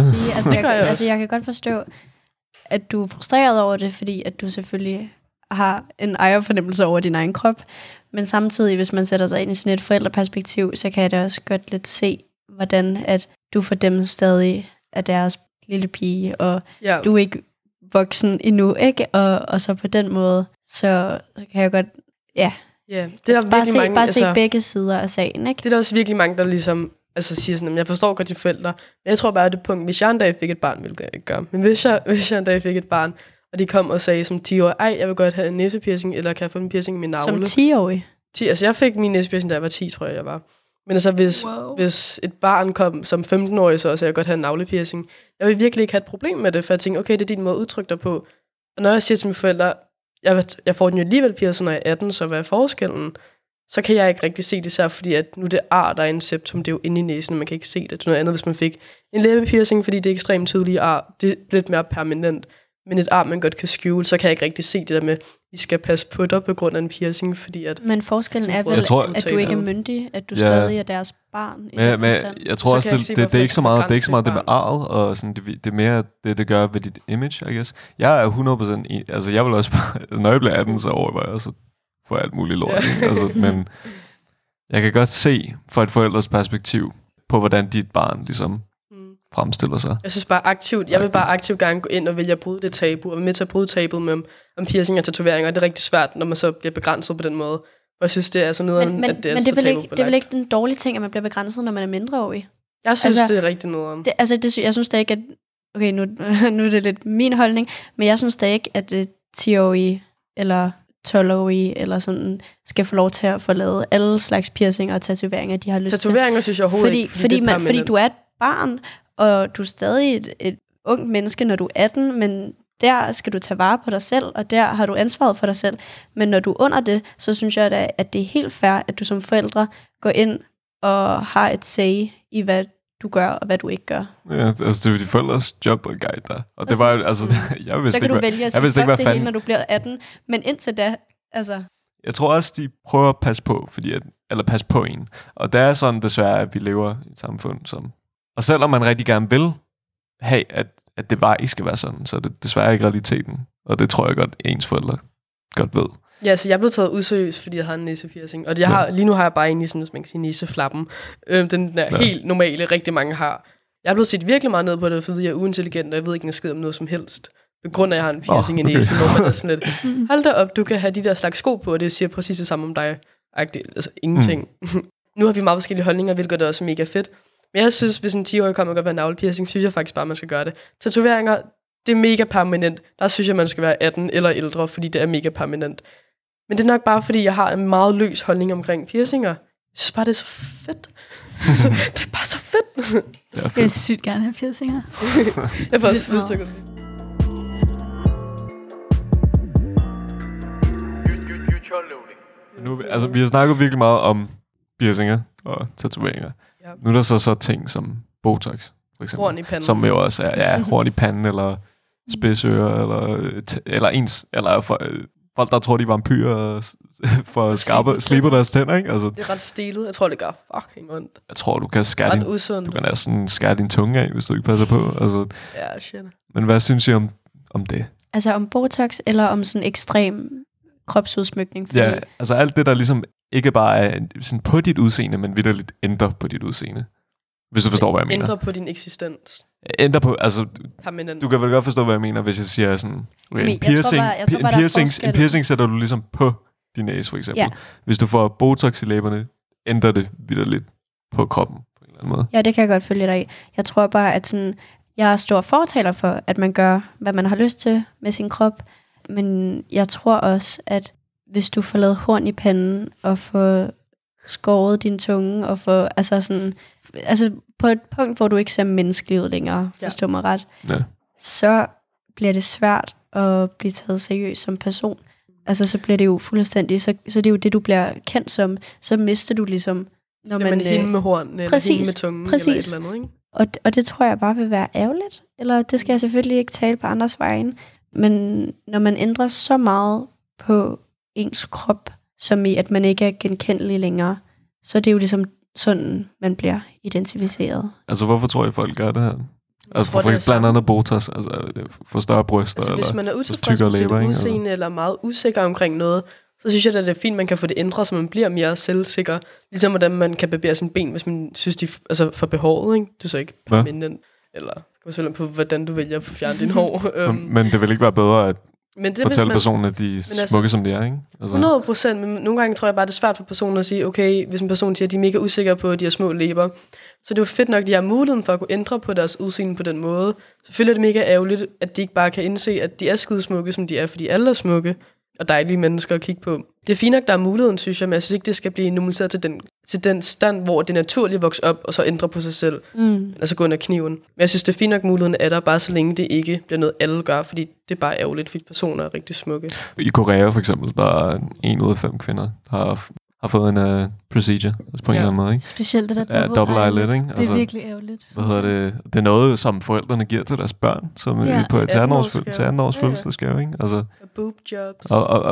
Jeg kan godt forstå, at du er frustreret over det, fordi at du selvfølgelig har en ejerfornemmelse over din egen krop. Men samtidig, hvis man sætter sig ind i sådan et forældreperspektiv, så kan jeg da også godt lidt se, hvordan at du for dem stadig er deres lille pige, og du er ikke voksen endnu, ikke? Og så på den måde, så kan jeg godt, det er der bare se begge sider af sagen, ikke? Det er der også virkelig mange, der ligesom siger sådan, jeg forstår godt de forældre, men jeg tror bare, at det punkt, hvis jeg en dag fik et barn, hvilket jeg ikke gør, men hvis jeg en dag fik et barn, og de kom og sagde som 10-årig, jeg vil godt have en næsepiercing, eller kan jeg få en piercing i min navle? Som 10-årig? Altså jeg fik min næsepiercing, da jeg var 10, tror jeg var. Men altså hvis et barn kom som 15-årig, så jeg godt have en navlepiercing, jeg vil virkelig ikke have et problem med det, for jeg tænker, okay, det er din måde at udtrykke dig på. Og når jeg siger til mine forældre, jeg får den jo alligevel piercing, når jeg er 18, så hvad er forskellen? Så kan jeg ikke rigtig se det så, fordi at nu det ar, der er en septum, det er jo inde i næsen, man kan ikke se det. Det er noget andet, hvis man fik en læbepiercing, fordi det er ekstremt tydelige ar, det er lidt mere permanent. men et arm, man godt kan skjule, så kan jeg ikke rigtig se det der med, vi skal passe på dig på grund af en piercing, fordi at... Men forskellen er vel, at du ikke er myndig, at du stadig er deres barn. Men jeg tror også, det er ikke så meget, det med arvet, og sådan, det er mere det gør ved dit image, I guess. Jeg er 100% altså jeg vil også bare, når jeg bliver 18, så overvejer jeg, så får jeg alt muligt lort. Altså, men jeg kan godt se fra et forældres perspektiv, på hvordan dit barn ligesom fremstiller sig. Jeg synes bare jeg vil bare aktivt gerne gå ind og vælge at bryde det tabu, og være med til at bryde tabuet med om piercing og tatoveringer. Det er rigtig svært, når man så bliver begrænset på den måde. Og jeg synes, det er så nederen, at det er så tabubelagt. Det er vel ikke en dårlig ting, at man bliver begrænset, når man er mindreårig? Jeg synes, det er rigtig nederen. Jeg synes da ikke, at... Okay, nu er det lidt min holdning, men jeg synes da ikke, at 10-årige eller 12-årige eller sådan skal få lov til at få lavet alle slags piercinger og tatoveringer, de har lyst til. Tatoveringer synes jeg overhovedet ikke, fordi du er et barn, og du er stadig et ung menneske, når du er 18, men der skal du tage vare på dig selv, og der har du ansvaret for dig selv. Men når du er under det, så synes jeg da, at det er helt fair, at du som forældre går ind og har et say i, hvad du gør, og hvad du ikke gør. Ja, altså det er jo de forældres job at guide dig. Og det var altså, jeg vidste så kan ikke, du vælge at sige, fuck det hele, når du bliver 18, men indtil da, altså... Jeg tror også, de prøver at passe på, eller passe på en. Og det er sådan desværre, at vi lever i et samfund, som... Og selvom man rigtig gerne vil have, at det bare ikke skal være sådan, så er det desværre ikke realiteten. Og det tror jeg godt, ens forældre godt ved. Ja, så jeg blev taget useriøst, fordi jeg har en næsepiercing. Og lige nu har jeg bare en i sådan, hvis man kan sige, næseflappen. Den der helt normale, rigtig mange har. Jeg er blevet set virkelig meget ned på det, fordi jeg er uintelligent, og jeg ved ikke en skid om noget som helst. På grund af, at jeg har en piercing i næsen, hvor man er sådan lidt, hold da op, du kan have de der slags sko på, og det siger præcis det samme om dig. Altså ingenting. Nu har vi meget forskellige holdninger, hvilket er også mega fedt. Men jeg synes, hvis en 10-årig kommer og gør en navlepiercing, synes jeg faktisk bare, man skal gøre det. Tatoveringer, det er mega permanent. Der synes jeg, man skal være 18 eller ældre, fordi det er mega permanent. Men det er nok bare, fordi jeg har en meget løs holdning omkring piercinger. Jeg synes bare, det er så fedt. Det er bare så fedt. Jeg vil sygt gerne have piercinger. Jeg får også lyst til at gå. Nu, altså, vi har snakket virkelig meget om piercinger og tatoveringer. Ja. Nu er der så ting som Botox, for eksempel. Horn i panden. Som jo også er horn i panden, eller spidsører, eller folk, der tror, de er vampyrer, for at slibe deres tænder, ikke? Altså, det er ret stilet. Jeg tror, det gør fucking ondt. Jeg tror, du kan næsten skære din tunge af, hvis du ikke passer på. Altså, ja, shit. Men hvad synes I om det? Altså om Botox, eller om sådan ekstrem kropsudsmykning? Fordi... Ja, altså alt det, der ligesom ikke bare er sådan på dit udseende, men vitterligt ændrer på dit udseende. Hvis du forstår, hvad jeg mener. Ændrer på din eksistens. Ændrer på, altså... Permanent. Du kan vel godt forstå, hvad jeg mener, hvis jeg siger sådan... Okay, en piercing sætter du ligesom på din næse, for eksempel. Ja. Hvis du får Botox i læberne, ændrer det vitterligt på kroppen, på en eller anden måde. Ja, det kan jeg godt følge dig i. Jeg tror bare, at sådan... Jeg er stor fortaler for, at man gør, hvad man har lyst til med sin krop. Men jeg tror også, at hvis du får lavet horn i panden, og får skåret din tunge, og får, altså på et punkt, hvor du ikke ser menneskelig ud længere, forstår mig ret, så bliver det svært at blive taget seriøst som person. Altså, så bliver det jo fuldstændig, så det er jo det, du bliver kendt som, så mister du ligesom, når man... hende med horn, eller hende med tungen, eller et eller andet, ikke? Og det tror jeg bare vil være ærgerligt. Eller det skal jeg selvfølgelig ikke tale på andres vegne. Men når man ændrer så meget på ens krop, som i, at man ikke er genkendelig længere, så er det jo ligesom sådan, man bliver identificeret. Altså, hvorfor tror I, folk gør det her? Altså, for blandt andet Botox, altså for større bryster, altså, eller hvis man er utilfreds med sit udseende, eller meget usikker omkring noget, så synes jeg, at det er fint, man kan få det ændret, så man bliver mere selvsikker. Ligesom hvordan man kan barbere sine ben, hvis man synes, de for behovet, ikke? Du er så ikke permanent. Eller kan man på, hvordan du vælger at få fjernet din hår. Men det vil ikke være bedre at fortælle personen, at de er smukke, som de er, ikke? Altså. 100%, men nogle gange tror jeg bare, det er svært for personen at sige, okay, hvis en person siger, at de er mega usikre på, at de har små læber, så det er jo fedt nok, at de har muligheden for at kunne ændre på deres udseende på den måde. Selvfølgelig er det mega ærgerligt, at de ikke bare kan indse, at de er skidesmukke, som de er, fordi alle er smukke og dejlige mennesker at kigge på. Det er fint nok, der er muligheden, synes jeg, men jeg synes ikke, det skal blive normaliseret til den stand, hvor det naturligt vokser op, og så ændre på sig selv. Altså gå under kniven. Men jeg synes, det er fint nok, muligheden er der, bare så længe det ikke bliver noget, alle gør, fordi det er bare ærgerligt, fordi personer er rigtig smukke. I Korea for eksempel, der er 1 ud af 5 kvinder, der har har fået en procedure, altså på en eller anden måde, ikke? Specielt det der double eyelid, ikke? Det er virkelig ærgerligt. Hvad hedder det? Det er noget, som forældrene giver til deres børn, som på et 18-års fødselsdagsgave, ikke? Altså, boob jobs. Og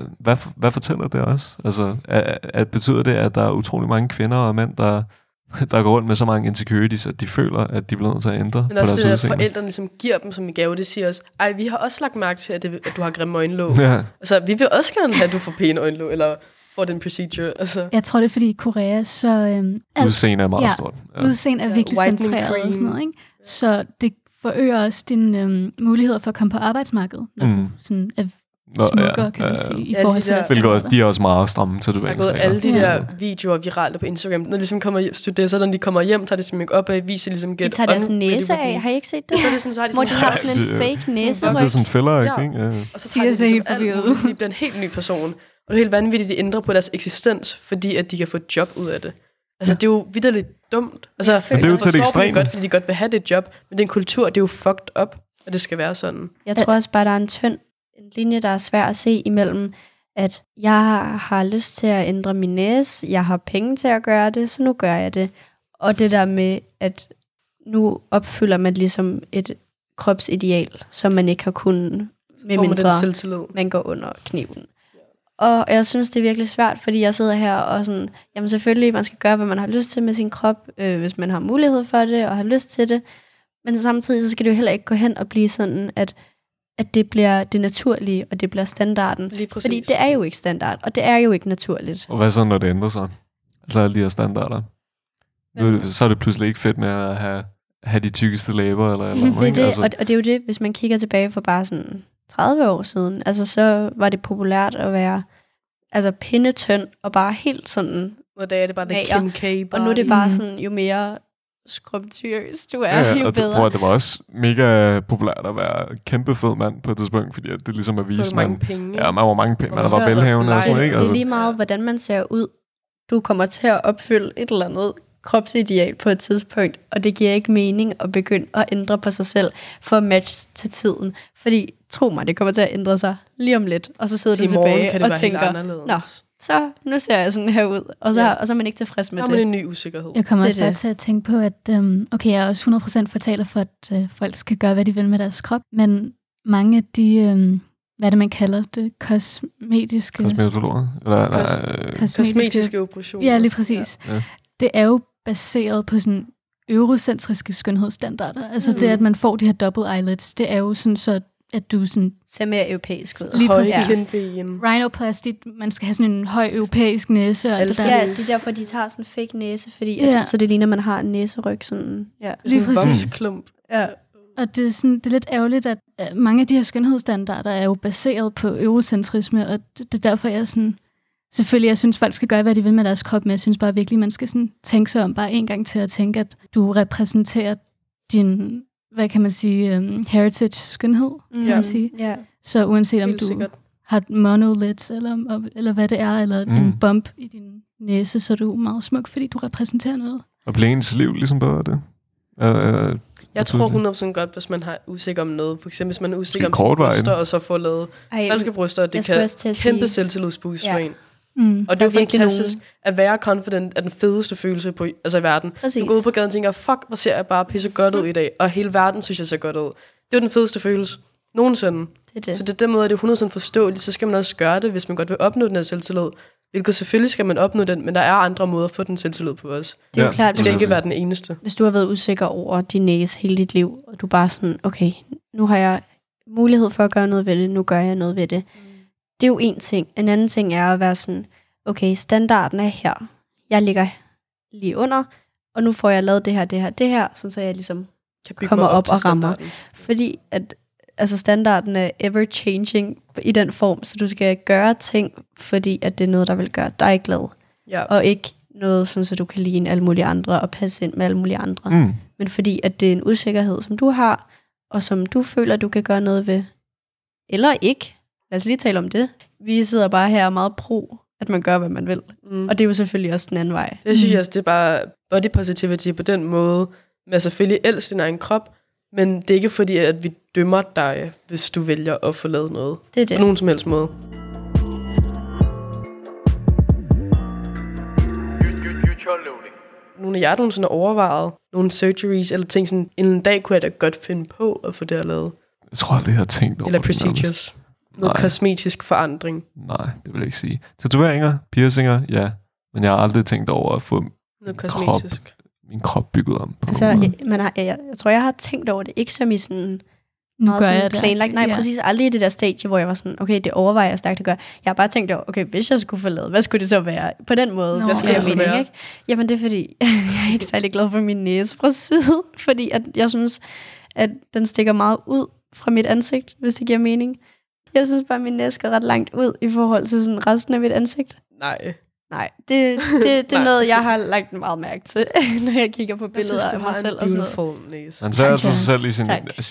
hvad fortæller det også? Altså, betyder det, at der er utrolig mange kvinder og mænd, der går rundt med så mange insecurities, at de føler, at de bliver nødt til at ændre på deres udseende? Men også det, at forældrene som giver dem som en gave, det siger også, vi har også lagt mærke til, at du har grimme øjenlåg. Ja. Altså, vi vil også gerne have, at du får pæne øjenlåg, eller får den procedure. Altså. Jeg tror, det er, fordi i Korea, så... udseende er meget stort. Ja, udseende er virkelig centreret og sådan noget, ikke? Så det forøger også dine muligheder for at komme på arbejdsmarkedet, når du sådan er smukkere, kan man sige, i forhold til hvilket også, de er også meget stramme tatoveringsregler. Der er gået alle de der videoer virale på Instagram, når de ligesom kommer studenter, når de kommer hjem, tager de simpelthen ikke op af, viser ligesom de tager deres næse af, har I ikke set det? Så er det sådan, så har de hvor de har sådan en fake næseryg. Det er sådan filler, ikke? Ja. Og så tager de ligesom alt muligt, de bliver en helt ny person. Og det er helt vanvittigt, de ændrer på deres eksistens, fordi at de kan få et job ud af det. Altså, det er jo vitterligt dumt. Altså, det er jo til det ekstreme. Godt, fordi de godt vil have det job, men det er en kultur, det er jo fucked up, at det skal være sådan. Jeg tror også bare, der er en linje, der er svær at se imellem, at jeg har lyst til at ændre min næse, jeg har penge til at gøre det, så nu gør jeg det. Og det der med, at nu opfylder man ligesom et kropsideal, som man ikke har kunnet, med mindre man går under kniven. Og jeg synes, det er virkelig svært, fordi jeg sidder her og sådan, jamen selvfølgelig, man skal gøre, hvad man har lyst til med sin krop, hvis man har mulighed for det og har lyst til det. Men samtidig så skal det jo heller ikke gå hen og blive sådan, at det bliver det naturlige, og det bliver standarden. Fordi det er jo ikke standard, og det er jo ikke naturligt. Og hvad så, når det ændrer sig? Altså alle de her standarder. Så er det pludselig ikke fedt med at have de tykkeste læber, eller det er det, altså. Og det er jo det, hvis man kigger tilbage for bare sådan 30 år siden, altså så var det populært at være pindetynd, og bare helt sådan... Hvor det er det bare the Kim K. Og nu er det bare sådan, jo mere skrumtyrøs du er, jo bedre. Det var også mega populært at være kæmpe fed mand på et tidspunkt, fordi det ligesom at vise, man... penge. Ja, man var mange penge, man var velhavende og sådan, ikke? Det er lige meget, hvordan man ser ud. Du kommer til at opfylde et eller andet kropsideal på et tidspunkt, og det giver ikke mening at begynde at ændre på sig selv for at matche til tiden. Fordi, tro mig, det kommer til at ændre sig lige om lidt, og så sidder du tilbage og tænker, nå, så nu ser jeg sådan her ud, og så er man ikke tilfreds med det. Der er en ny usikkerhed. Jeg kommer også bare til at tænke på, at jeg er også 100% fortaler for, at folk skal gøre, hvad de vil med deres krop, men mange af de, hvad det man kalder det, kosmetiske... Kosmetologer? Kosmetiske operationer. Ja, lige præcis. Ja. Det er jo baseret på sådan eurocentriske skønhedsstandarder. Altså det, at man får de her double eyelids, det er jo sådan så, at du sådan... ser mere europæisk ud. Lige præcis. Rhinoplasty, man skal have sådan en høj europæisk næse. Og det der. Ja, det er derfor, de tager sådan en fake næse, fordi så det ligner, man har en næseryg. Sådan, lige præcis. Klump. Ja. Og det er, sådan, det er lidt ærgerligt, at mange af de her skønhedsstandarder er jo baseret på eurocentrisme, og det er derfor, jeg sådan... Selvfølgelig, jeg synes, folk skal gøre, hvad de vil med deres krop, men jeg synes bare virkelig, man skal sådan tænke sig om bare en gang til at tænke, at du repræsenterer din, hvad kan man sige, heritage-skønhed, kan man sige. Yeah. Så uanset om du har monolids, eller hvad det er, eller en bump i din næse, så er du meget smuk, fordi du repræsenterer noget. Og bliver ens liv ligesom bedre det? Jeg tror 100% godt, hvis man har usikker om noget. For eksempel, hvis man er usikker om sine bryster, og så får lavet falske bryster, det kan kæmpe selvtillidsboost for en. Og det er jo fantastisk at være confident er den fedeste følelse på, i verden. Præcis. Du går ud på gaden og tænker, fuck, hvor ser jeg bare pisse godt ud i dag. Og hele verden synes jeg ser godt ud. Det er den fedeste følelse nogensinde. Så det er den måde, at det er 100% forståeligt. Så skal man også gøre det, hvis man godt vil opnå den her selvtillid. Hvilket selvfølgelig skal man opnå den, men der er andre måder at få den selvtillid på os. Det er jo klart, det skal ikke være den eneste. Hvis du har været usikker over din næse hele dit liv, og du bare sådan, okay, nu har jeg mulighed for at gøre noget ved det, nu gør jeg noget ved det. Det er jo en ting. En anden ting er at være sådan, okay, standarden er her. Jeg ligger lige under, og nu får jeg lavet det her, så jeg ligesom kommer op og rammer. Fordi at standarden er ever changing i den form, så du skal gøre ting, fordi at det er noget, der vil gøre dig glad. Ja. Og ikke noget, sådan, så du kan ligne alle mulige andre og passe ind med alle mulige andre. Men fordi at det er en usikkerhed, som du har, og som du føler, du kan gøre noget ved. Eller ikke. Lad os lige tale om det. Vi sidder bare her meget pro, at man gør, hvad man vil. Og det er jo selvfølgelig også den anden vej. Det synes jeg også, det er bare body positivity på den måde, med at selvfølgelig elske din egen krop, men det er ikke fordi, at vi dømmer dig, hvis du vælger at få lavet noget. Det er det. På nogen som helst måde. nogen af jer nogensinde overvejet nogle surgeries, eller ting sådan, en dag kunne jeg da godt finde på at få det at lavet? Jeg tror aldrig, jeg har tænkt over eller det. procedures. Noget kosmetisk forandring. Nej, det vil jeg ikke sige. Tatoveringer, piercinger, ja. Men jeg har aldrig tænkt over at få min krop bygget om. Altså, jeg tror, jeg har tænkt over det. Ikke som i sådan... Nu gør jeg det. Planlagt. Nej, præcis aldrig i det der stadie, hvor jeg var sådan, okay, det overvejer jeg stærkt at gøre. Jeg har bare tænkt over, okay, hvis jeg skulle få lavet, hvad skulle det så være? På den måde, hvad skulle jeg mening, ikke? Jamen, det er fordi, jeg er ikke særlig glad for min næse fra siden, fordi at jeg synes, at den stikker meget ud fra mit ansigt, hvis det giver mening. Jeg synes bare, at min næse går ret langt ud i forhold til sådan resten af mit ansigt. Nej, det er noget, jeg har lagt meget mærke til, når jeg kigger på billeder af mig selv og sådan noget. Man ser altså sig selv i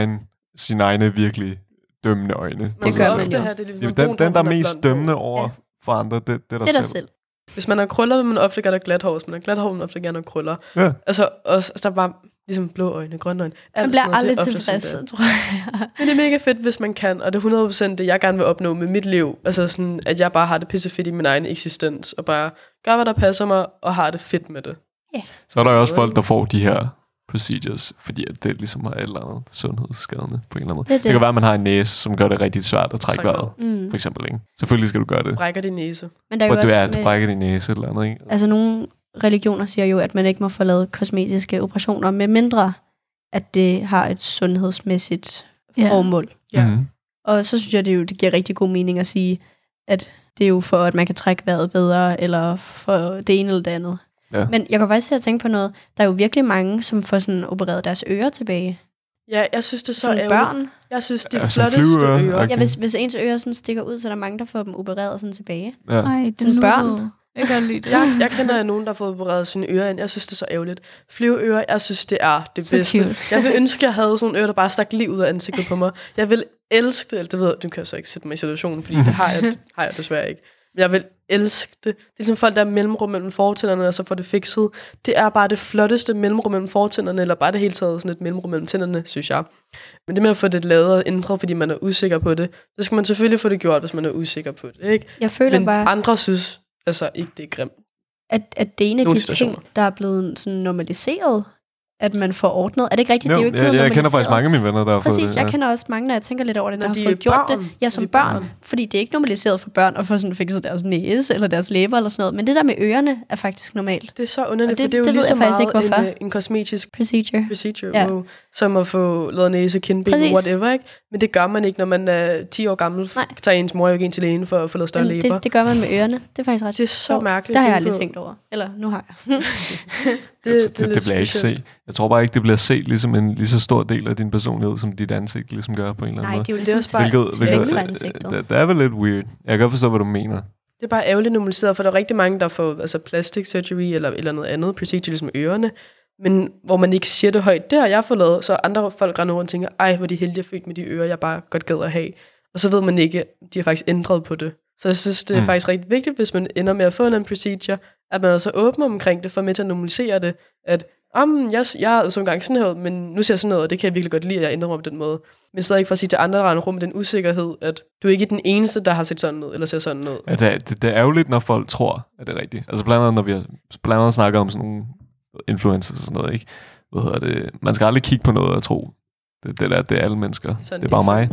sin egne virkelig dømmende øjne. Det gør man jo. Den der er mest dømmende over for andre, det er dig selv. Hvis man har krøller, vil man ofte gerne have glat hår. Hvis man har glat hår, vil man ofte gerne have krøller. Ja. Altså, der er bare ligesom blå øjne, grønne øjne. Man bliver aldrig tilfreds, tror jeg. Men det er mega fedt, hvis man kan. Og det er 100% det, jeg gerne vil opnå med mit liv. Altså sådan, at jeg bare har det pissefedt i min egen eksistens. Og bare gør, hvad der passer mig, og har det fedt med det. Yeah. Så er der jo også folk, der får de her procedures, fordi at det ligesom har et eller andet sundhedsskadende på en eller anden måde. Det kan være, at man har en næse, som gør det rigtig svært at trække vejret, for eksempel. Ikke? Selvfølgelig skal du gøre det. Brækker din næse. Men der er jo også du brækker din næse eller andet. Ikke? Altså nogle religioner siger jo, at man ikke må få lavet kosmetiske operationer, med mindre at det har et sundhedsmæssigt formål. Ja. Og så synes jeg, det giver rigtig god mening at sige, at det er jo for, at man kan trække vejret bedre, eller for det ene eller det andet. Ja. Men jeg kan faktisk at tænke på noget. Der er jo virkelig mange, som får sådan opereret deres ører tilbage. Ja, jeg synes det er så ærgerligt. Børn. Jeg synes det er flotteste ører. Ja, hvis ens ører sådan stikker ud, så er der mange, der får dem opereret sådan tilbage. Ja. Ej, det er børn. Jeg kan lide det. Jeg kender nogen, der har fået opereret sine ører ind. Jeg synes det er så ærgerligt. Flyveører, jeg synes det er det bedste. Cute. Jeg vil ønske, jeg havde sådan nogle ører, der bare stak lige ud af ansigtet på mig. Jeg vil elske det. Eller det ved du kan jeg så ikke sætte mig i situationen, fordi det har jeg desværre ikke. Men jeg vil elske det. Det er ligesom folk, der er mellemrum mellem fortænderne, og så får det fikset. Det er bare det flotteste mellemrum mellem fortænderne, eller bare det hele taget sådan et mellemrum mellem tænderne, synes jeg. Men det med at få det lavet og ændret, fordi man er usikker på det, så skal man selvfølgelig få det gjort, hvis man er usikker på det, ikke? Jeg føler men bare... andre synes altså ikke, det er grimt. At det er en af de ting, der er blevet sådan normaliseret, at man får ordnet. Er det ikke rigtigt? Det er jo ikke blevet normaliseret. Jeg kender faktisk mange af mine venner, der har fået det. Jeg kender også mange, når jeg tænker lidt over det, der har fået gjort det. Ja, som børn. Fordi det er ikke normaliseret for børn at få sådan fikset deres næse eller deres læber eller sådan noget. Men det der med ørerne er faktisk normalt. Det er så underligt, for det er jo lige så meget en kosmetisk procedure som at få lavet næse, kindben, whatever, ikke? Men det gør man ikke, når man er 10 år gammel. Tager ens mor jo ind til lægen for at få lavet større læber. Det gør man med ørerne. Det er faktisk ret. Det er så mærkeligt. Det har jeg aldrig tænkt over. Eller nu har jeg. det bliver jeg ikke set. Jeg tror bare ikke, det bliver set ligesom en lige så stor del af din personlighed, som dit ansigt ligesom gør på en eller anden måde. Nej, det er jo ligesom bare det er vel lidt weird. Jeg kan godt forstå, hvad du mener. Det er bare ærgerligt normaliseret, for der er rigtig mange, der får plastic surgery eller noget andet procedure, ligesom ørerne, men hvor man ikke siger det højt. Det har jeg fået lavet, så andre folk render rundt og tænker, ej, hvor de heldige er født med de ører, jeg bare godt gad at have. Og så ved man ikke, de har faktisk ændret på det. Så jeg synes, det er faktisk rigtig vigtigt, hvis man ender med at få en procedure, at man er så åben omkring det, for med til at normalisere det, at jeg har så engang sådan her, men nu ser jeg sådan noget, og det kan jeg virkelig godt lide, at jeg ændrer mig på den måde. Men så ikke for at sige til andre, der render rum med den usikkerhed, at du er ikke den eneste, der har set sådan noget, eller ser sådan noget. Ja, det er ærgerligt, når folk tror, at det er rigtigt. Altså blandt andet, når vi har snakket om sådan nogle influencers og sådan noget, ikke? Hvad hedder det? Man skal aldrig kigge på noget og tro, det er alle mennesker. Sådan det er bare mig.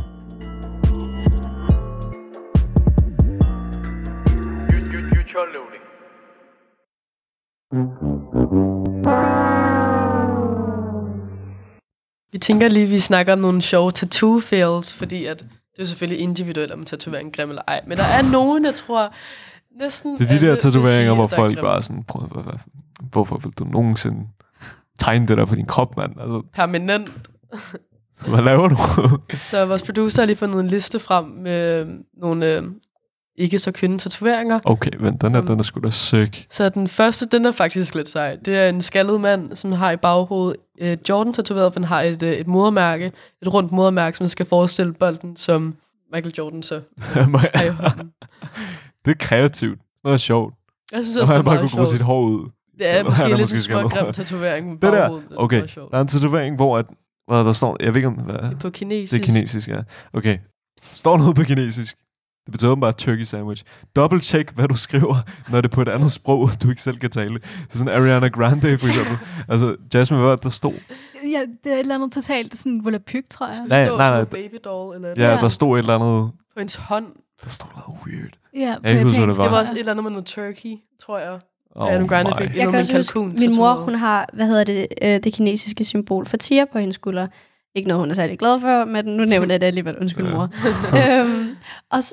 Vi tænker lige, vi snakker om nogle sjove tattoo fails, fordi at det er selvfølgelig individuelt, om tatovering er grim eller ej. Men der er nogen, jeg tror, næsten... Det er de der tatoveringer, hvor folk bare sådan, hvorfor vil du nogensinde tegne det der på din krop, mand? Altså, permanent. Hvad laver du? Så vores producer har lige fundet en liste frem med nogle ikke så kønne tatoveringer. Okay, men den er sgu da syg. Så den første, den er faktisk lidt sej. Det er en skaldet mand, som har i baghovedet Jordan tatoveret, for han har et modermærke, et rundt modermærke, som skal forestille bolden, som Michael Jordan så har i hånden. Det er kreativt. Det er sjovt. Jeg synes også, det er meget sjovt. Kunne sig hår ud. Det er måske lidt en små grim tatovering med baghovedet. Okay, der er en tatovering, hvor der står, jeg ved ikke om, hvad det er på kinesisk. Det er kinesisk, ja. Okay. Står noget på kinesisk. Det betyder åbenbart turkey sandwich. Double-check, hvad du skriver, når det er på et andet sprog, du ikke selv kan tale. Så sådan Ariana Grande, for eksempel. Altså, Jasmine, hvad var det, der stod? Ja, det er et eller andet totalt sådan volapyk, tror jeg. Nej. Baby doll eller Ja, der stod et eller andet... På hendes hånd. Der stod noget weird. Ja, jeg kan huske, hvad det var. Det var også et eller andet med noget turkey, tror jeg. Ariana Grande fik jeg kan også huske, min mor, hun har, det kinesiske symbol for tiger på hendes skulder. Ikke noget, hun er særlig glad for, men nu nævner jeg det alligevel. Undskyld, mor. Og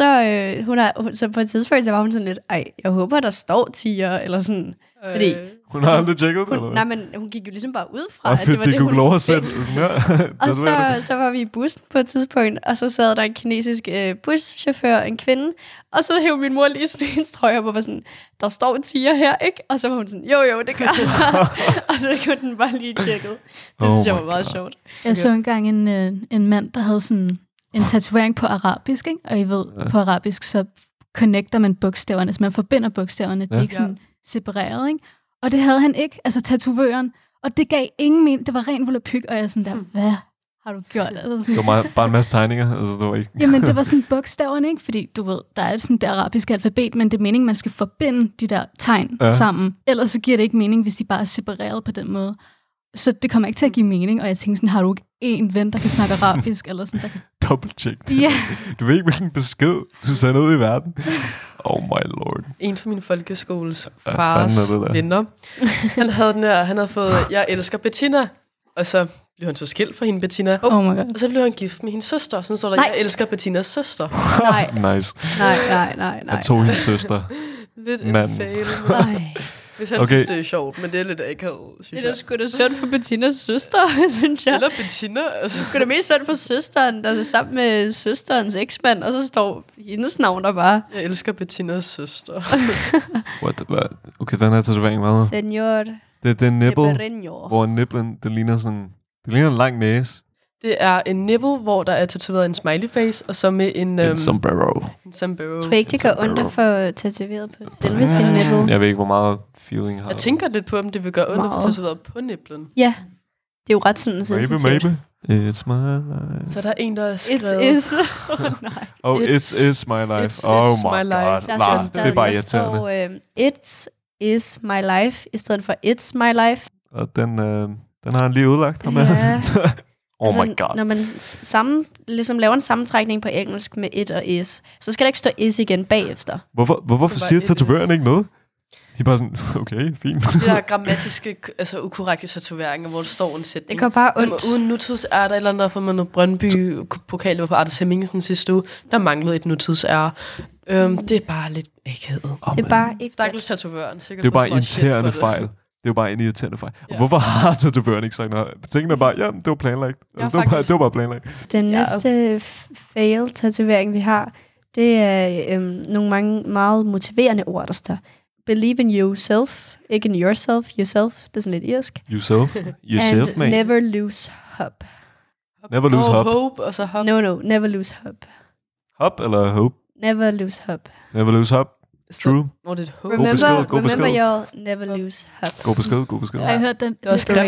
så på et tidspunkt, så var hun sådan lidt, jeg håber, der står tiger, eller sådan. Fordi, hun har aldrig tjekket det, eller? Nej, men hun gik jo ligesom bare ud fra, at det var det, hun fik. Og så var vi i bussen på et tidspunkt, og så sad der en kinesisk buschauffør, en kvinde, og så hævde min mor lige sådan en trøje op og var sådan, der står tiger her, ikke? Og så var hun sådan, jo, det gør og så kunne den bare lige tjekket. Det synes jeg var meget sjovt. Jeg så engang en mand, der havde sådan en tatovering på arabisk, ikke? Og I ved, på arabisk, så connecter man bogstaverne, så man forbinder bogstaverne, det er ikke sådan separeret, ikke? Og det havde han ikke, altså tatovøren. Og det gav ingen mening. Det var ren volapyk, og jeg er sådan der, hvad har du gjort? Altså sådan, det var bare en masse tegninger, altså det var ikke... Jamen, det var sådan bogstaverne, ikke? Fordi du ved, der er sådan det arabiske alfabet, men det er meningen, man skal forbinde de der tegn sammen. Ellers så giver det ikke mening, hvis de bare er separeret på den måde. Så det kommer ikke til at give mening, og jeg tænkte sådan, har du ikke en ven, der kan snakke arabisk, eller sådan, der kan... Double-check. Ja. Du ved ikke, hvilken besked du sender ud i verden. Oh my lord. En fra min folkeskoles fars venner. Han havde fået, jeg elsker Bettina, og så blev han så skilt fra hende, Bettina. Oh my God. Og så blev han gift med hendes søster. Så står der, jeg elsker Bettinas søster. Nej. Nice. Nej. Jeg tog hendes søster. Lidt en fail. Nej. Hvis han synes, det er sjovt, men det er lidt akavet, synes jeg. Det er sgu da synd for Bettinas søster, synes jeg. Eller Bettina. Altså. Det er da mest synd for søsteren, der er sammen med søsterens eksmand, og så står hendes navn der bare. Jeg elsker Bettinas søster. What? Okay, den her tatovering, hvad? Senior. Det er en nipple, hvor nipplen, det ligner en lang næse. Det er en nipple, hvor der er tatoveret en smiley face, og så med en sombrero. En sombrero. Tror ikke, det gør ondt at få tatoveret på selve sin nipple? Jeg ved ikke, hvor meget feeling har. Jeg tænker lidt på, om det vil gøre ondt at få tatoveret på nipplen. Ja, det er jo ret sådan sensitivt. Maybe. It's my life. Så der er en, der er skrevet... It is. Nej. It's my life. Oh my god. Det er bare irriterende. It is my life, i stedet for it's my life. Og den har han lige udlagt ham med. Oh my god. Når man ligesom laver en sammentrækning på engelsk med it og is, så skal der ikke stå is igen bagefter. Hvorfor siger tatovøren ikke noget? De er bare sådan, okay, fint. De der grammatiske, altså ukorrekte tatoveringer, hvor der står en sætning. Det går bare ondt. Uden nutids er der et eller andet, for man noget Brøndby-pokal, det var på Artis Hemmingsen sidste uge, der manglede et nutids er. Det er bare lidt akavet. Det er bare ikke... Stakkels tatovøren. Sikkert det er bare irriterende fejl. Det er jo bare en irriterende fejl. Ja. Hvorfor har tatovøren ikke sagt noget? Tingene er bare, det var planlagt. Altså, det var bare planlagt. Den næste fail-tatovering, vi har, det er nogle meget motiverende ord, der står. Believe in yourself. Ikke in yourself. Yourself. Det er sådan lidt irsk. Yourself, and mate. Never lose hope. Never lose hope. Hope, og så hope. No, never lose hope. Hope eller hope? Never lose hope. Never lose hope. True. Remember you'll never lose hope. God besked. Har I hørt den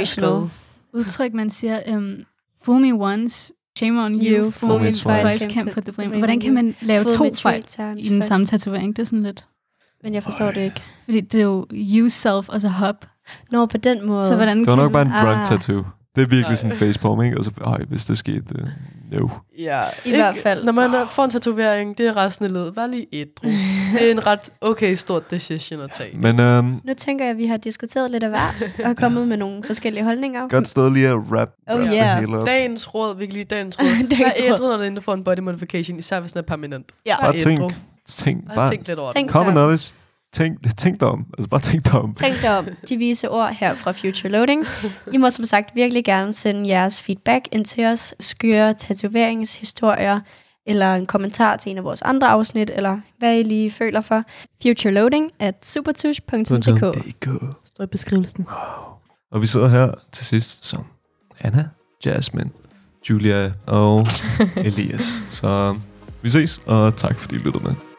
udtryk, man siger, fool me once, shame on you, fool me twice, can't put the blame. Hvordan kan man lave to fejl i den samme tatovering? Det er sådan lidt... Men jeg forstår det ikke. Fordi det er jo use self og så hop. Nå, på den måde. Så hvordan det var nok bare en drunk tattoo. Det er virkelig sådan en facepalm, ikke? Og så, hvis det skete, no. Ja, i hvert fald. Når man får en tatovering, det er resten af livet. Bare lige ædru. Det er en ret okay stort decision at tage. Men, nu tænker jeg, at vi har diskuteret lidt af hvert, og kommet med nogle forskellige holdninger. Godt sted lige at wrap det hele op. Dagens råd, virkelig dagens råd. Vær ædru, når du endelig får en body modification, især hvis den er permanent. Ja. Bare tænk lidt over det. Common knowledge. Tænk dig om. Altså bare tænk dig om. Tænk dig om. De vise ord her fra Future Loading. I må som sagt virkelig gerne sende jeres feedback ind til os. Skøre tatoveringshistorier, eller en kommentar til en af vores andre afsnit, eller hvad I lige føler for. futureloading@supertush.dk. Står i beskrivelsen. Wow. Og vi sidder her til sidst som Anna, Jasmine, Julia og Elias. Så vi ses, og tak fordi I lyttede med.